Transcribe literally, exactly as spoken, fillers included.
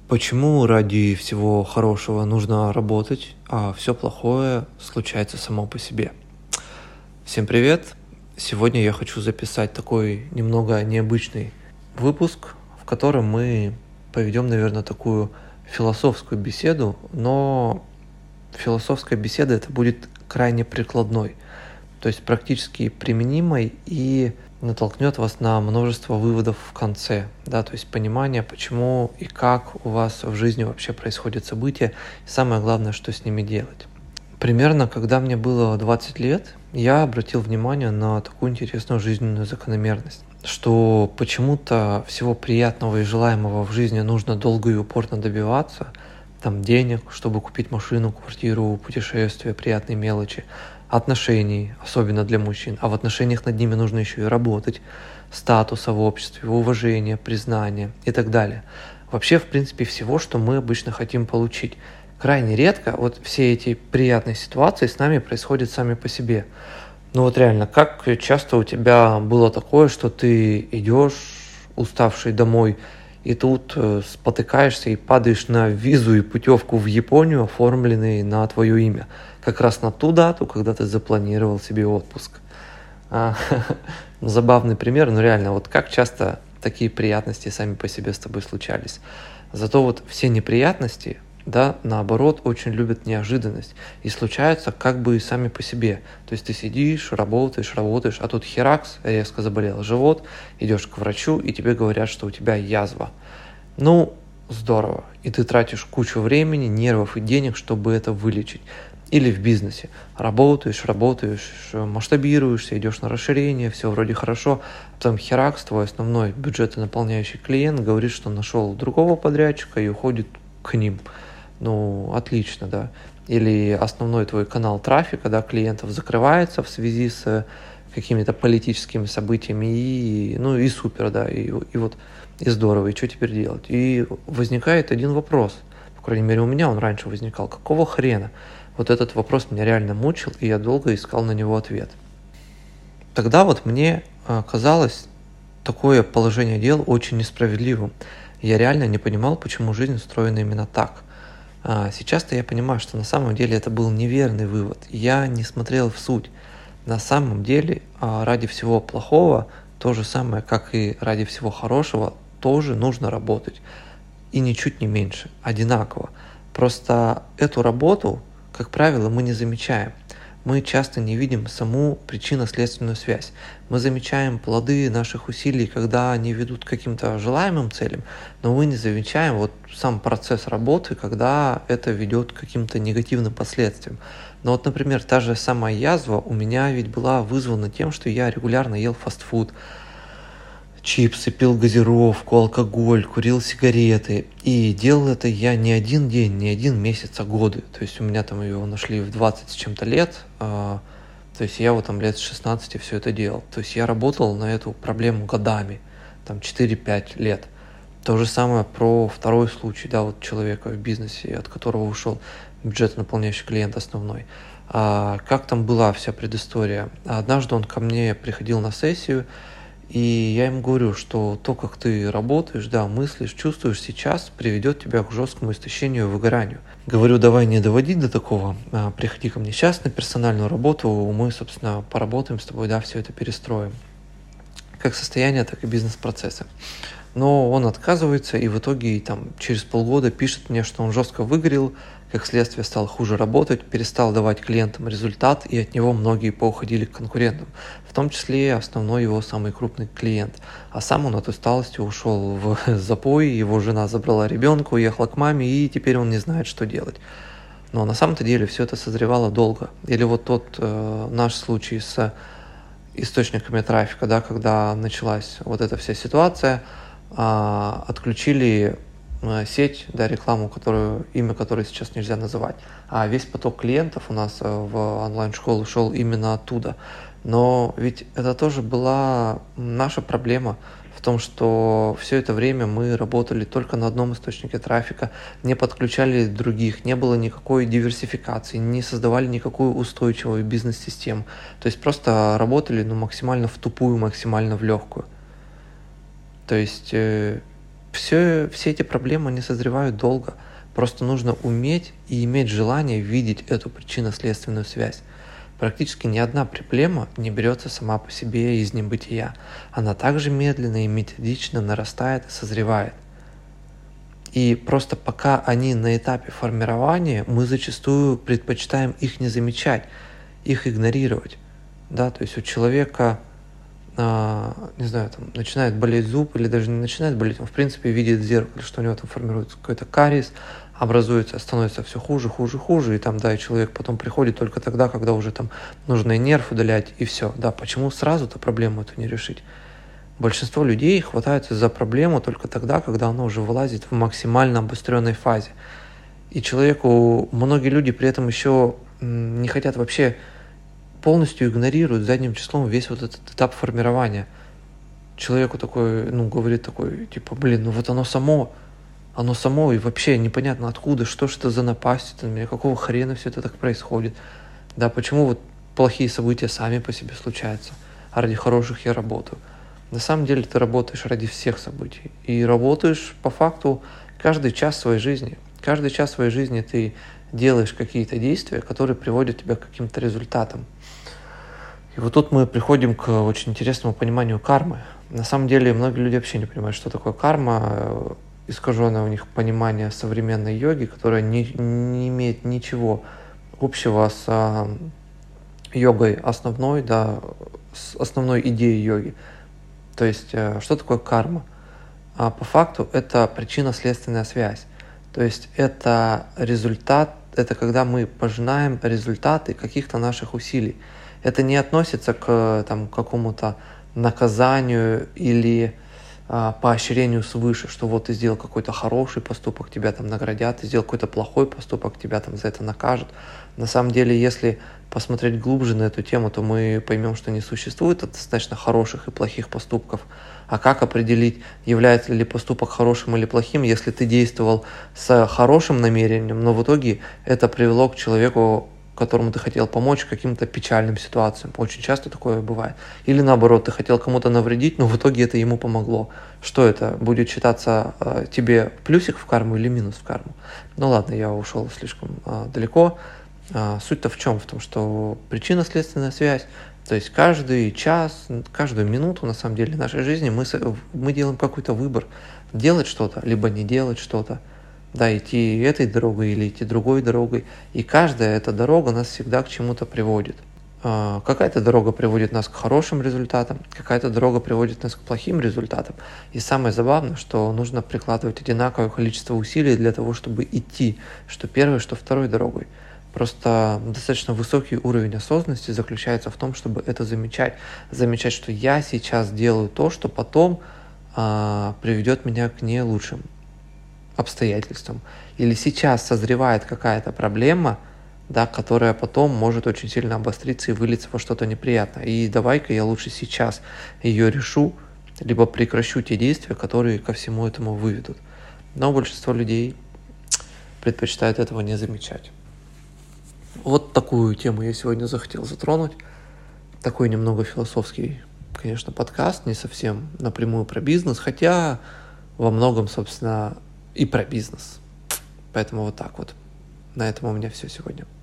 Почему ради всего хорошего нужно работать, а все плохое случается само по себе? Всем привет! Сегодня я хочу записать такой немного необычный выпуск, в котором мы поведем, наверное, такую философскую беседу, но философская беседа это будет крайне прикладной, то есть практически применимой и натолкнет вас на множество выводов в конце, да, то есть понимание, почему и как у вас в жизни вообще происходят события, и самое главное, что с ними делать. Примерно, когда мне было двадцать лет, я обратил внимание на такую интересную жизненную закономерность, что почему-то всего приятного и желаемого в жизни нужно долго и упорно добиваться, там денег, чтобы купить машину, квартиру, путешествия, приятные мелочи, отношений, особенно для мужчин, а в отношениях над ними нужно еще и работать, статуса в обществе, уважения, признания и так далее. Вообще, в принципе, всего, что мы обычно хотим получить. Крайне редко вот все эти приятные ситуации с нами происходят сами по себе. Ну вот реально, как часто у тебя было такое, что ты идешь уставший домой, и тут э, спотыкаешься и падаешь на визу и путевку в Японию, оформленные на твое имя. Как раз на ту дату, когда ты запланировал себе отпуск. А, забавный пример, но реально, вот как часто такие приятности сами по себе с тобой случались. Зато вот все неприятности, да, наоборот, очень любят неожиданность и случаются как бы и сами по себе. То есть ты сидишь, работаешь, работаешь, а тут херакс, резко заболел живот, идешь к врачу, и тебе говорят, что у тебя язва. Ну, здорово. И ты тратишь кучу времени, нервов и денег, чтобы это вылечить. Или в бизнесе. Работаешь, работаешь, масштабируешься, идешь на расширение, все вроде хорошо. Потом херакс, твой основной бюджетонаполняющий клиент говорит, что нашел другого подрядчика и уходит к ним. Ну, отлично, да. Или основной твой канал трафика, да, клиентов закрывается в связи с какими-то политическими событиями, и, ну, и супер, да, и, и вот, и здорово, и что теперь делать? И возникает один вопрос, по крайней мере, у меня он раньше возникал, какого хрена? Вот этот вопрос меня реально мучил, и я долго искал на него ответ. Тогда вот мне казалось такое положение дел очень несправедливым. Я реально не понимал, почему жизнь устроена именно так. Сейчас-то я понимаю, что на самом деле это был неверный вывод. Я не смотрел в суть. На самом деле ради всего плохого, то же самое, как и ради всего хорошего, тоже нужно работать. И ничуть не меньше, одинаково. Просто эту работу, как правило, мы не замечаем. Мы часто не видим саму причинно-следственную связь. Мы замечаем плоды наших усилий, когда они ведут к каким-то желаемым целям, но мы не замечаем вот сам процесс работы, когда это ведет к каким-то негативным последствиям. Но вот, например, та же самая язва у меня ведь была вызвана тем, что я регулярно ел фастфуд, чипсы, пил газировку, алкоголь, курил сигареты. И делал это я не один день, не один месяц, а годы. То есть у меня там его нашли в двадцать с чем-то лет. То есть я вот там лет с шестнадцати все это делал. То есть я работал на эту проблему годами, там четыре-пять лет. То же самое про второй случай, да, вот человека в бизнесе, от которого ушел бюджетонаполняющий клиент основной. А как там была вся предыстория? Однажды он ко мне приходил на сессию, и я им говорю, что то, как ты работаешь, да, мыслишь, чувствуешь сейчас, приведет тебя к жесткому истощению и выгоранию. Говорю, давай не доводить до такого, а, приходи ко мне сейчас на персональную работу, мы, собственно, поработаем с тобой, да, все это перестроим. Как состояние, так и бизнес-процессы. Но он отказывается, и в итоге там, через полгода пишет мне, что он жестко выгорел, как следствие стал хуже работать, перестал давать клиентам результат, и от него многие поуходили к конкурентам, в том числе основной его самый крупный клиент. А сам он от усталости ушел в запой, его жена забрала ребенка, уехала к маме, и теперь он не знает, что делать. Но на самом-то деле все это созревало долго. Или вот тот э, наш случай с источниками трафика, да, когда началась вот эта вся ситуация, э, отключили сеть, да, рекламу, которую, имя которой сейчас нельзя называть. А весь поток клиентов у нас в онлайн-школу шел именно оттуда. Но ведь это тоже была наша проблема в том, что все это время мы работали только на одном источнике трафика, не подключали других, не было никакой диверсификации, не создавали никакую устойчивую бизнес-систему. То есть просто работали ну, максимально в тупую, максимально в легкую. То есть все, все эти проблемы не созревают долго. Просто нужно уметь и иметь желание видеть эту причинно-следственную связь. Практически ни одна проблема не берется сама по себе из небытия. Она также медленно и методично нарастает и созревает. И просто пока они на этапе формирования, мы зачастую предпочитаем их не замечать, их игнорировать. Да, то есть у человека, а, не знаю, там, начинает болеть зуб, или даже не начинает болеть, он в принципе видит в зеркале, что у него там формируется какой-то кариес, образуется, становится все хуже, хуже, хуже, и там, да, и человек потом приходит только тогда, когда уже там нужно и нерв удалять, и все. Да, почему сразу-то проблему эту не решить? Большинство людей хватаются за проблему только тогда, когда она уже вылазит в максимально обостренной фазе. И человеку, многие люди при этом еще не хотят вообще, полностью игнорируют задним числом весь вот этот этап формирования. Человеку такой, ну, говорит такой, типа, блин, ну вот оно само, оно само, и вообще непонятно откуда, что ж это за напасть, это, меня, какого хрена все это так происходит. Да, почему вот плохие события сами по себе случаются, а ради хороших я работаю. На самом деле ты работаешь ради всех событий. И работаешь по факту каждый час своей жизни. Каждый час своей жизни ты делаешь какие-то действия, которые приводят тебя к каким-то результатам. И вот тут мы приходим к очень интересному пониманию кармы. На самом деле многие люди вообще не понимают, что такое карма. Искаженное у них понимание современной йоги, которая не, не имеет ничего общего с а, йогой основной, да, с основной идеей йоги. То есть, что такое карма? А по факту это причинно-следственная связь. То есть это результат, это когда мы пожинаем результаты каких-то наших усилий. Это не относится к там, какому-то наказанию или а, поощрению свыше, что вот ты сделал какой-то хороший поступок, тебя там наградят, ты сделал какой-то плохой поступок, тебя там за это накажут. На самом деле, если посмотреть глубже на эту тему, то мы поймем, что не существует достаточно хороших и плохих поступков. А как определить, является ли поступок хорошим или плохим, если ты действовал с хорошим намерением, но в итоге это привело к человеку, которому ты хотел помочь, к каким-то печальным ситуациям. Очень часто такое бывает. Или наоборот, ты хотел кому-то навредить, но в итоге это ему помогло. Что это? Будет считаться э, тебе плюсик в карму или минус в карму? Ну ладно, я ушел слишком э, далеко. А, суть-то в чем? В том, что причинно-следственная связь, то есть каждый час, каждую минуту на самом деле нашей жизни мы, мы делаем какой-то выбор. Делать что-то, либо не делать что-то. Да, идти этой дорогой или идти другой дорогой. И каждая эта дорога нас всегда к чему-то приводит. А, какая-то дорога приводит нас к хорошим результатам, какая-то дорога приводит нас к плохим результатам. И самое забавное, что нужно прикладывать одинаковое количество усилий для того, чтобы идти, что первой, что второй дорогой. Просто достаточно высокий уровень осознанности заключается в том, чтобы это замечать. Замечать, что я сейчас делаю то, что потом а, приведет меня к не лучшим обстоятельствам. Или сейчас созревает какая-то проблема, да, которая потом может очень сильно обостриться и вылиться во что-то неприятное. И давай-ка я лучше сейчас ее решу, либо прекращу те действия, которые ко всему этому выведут. Но большинство людей предпочитают этого не замечать. Вот такую тему я сегодня захотел затронуть. Такой немного философский, конечно, подкаст, не совсем напрямую про бизнес, хотя во многом, собственно, и про бизнес. Поэтому вот так вот. На этом у меня все сегодня.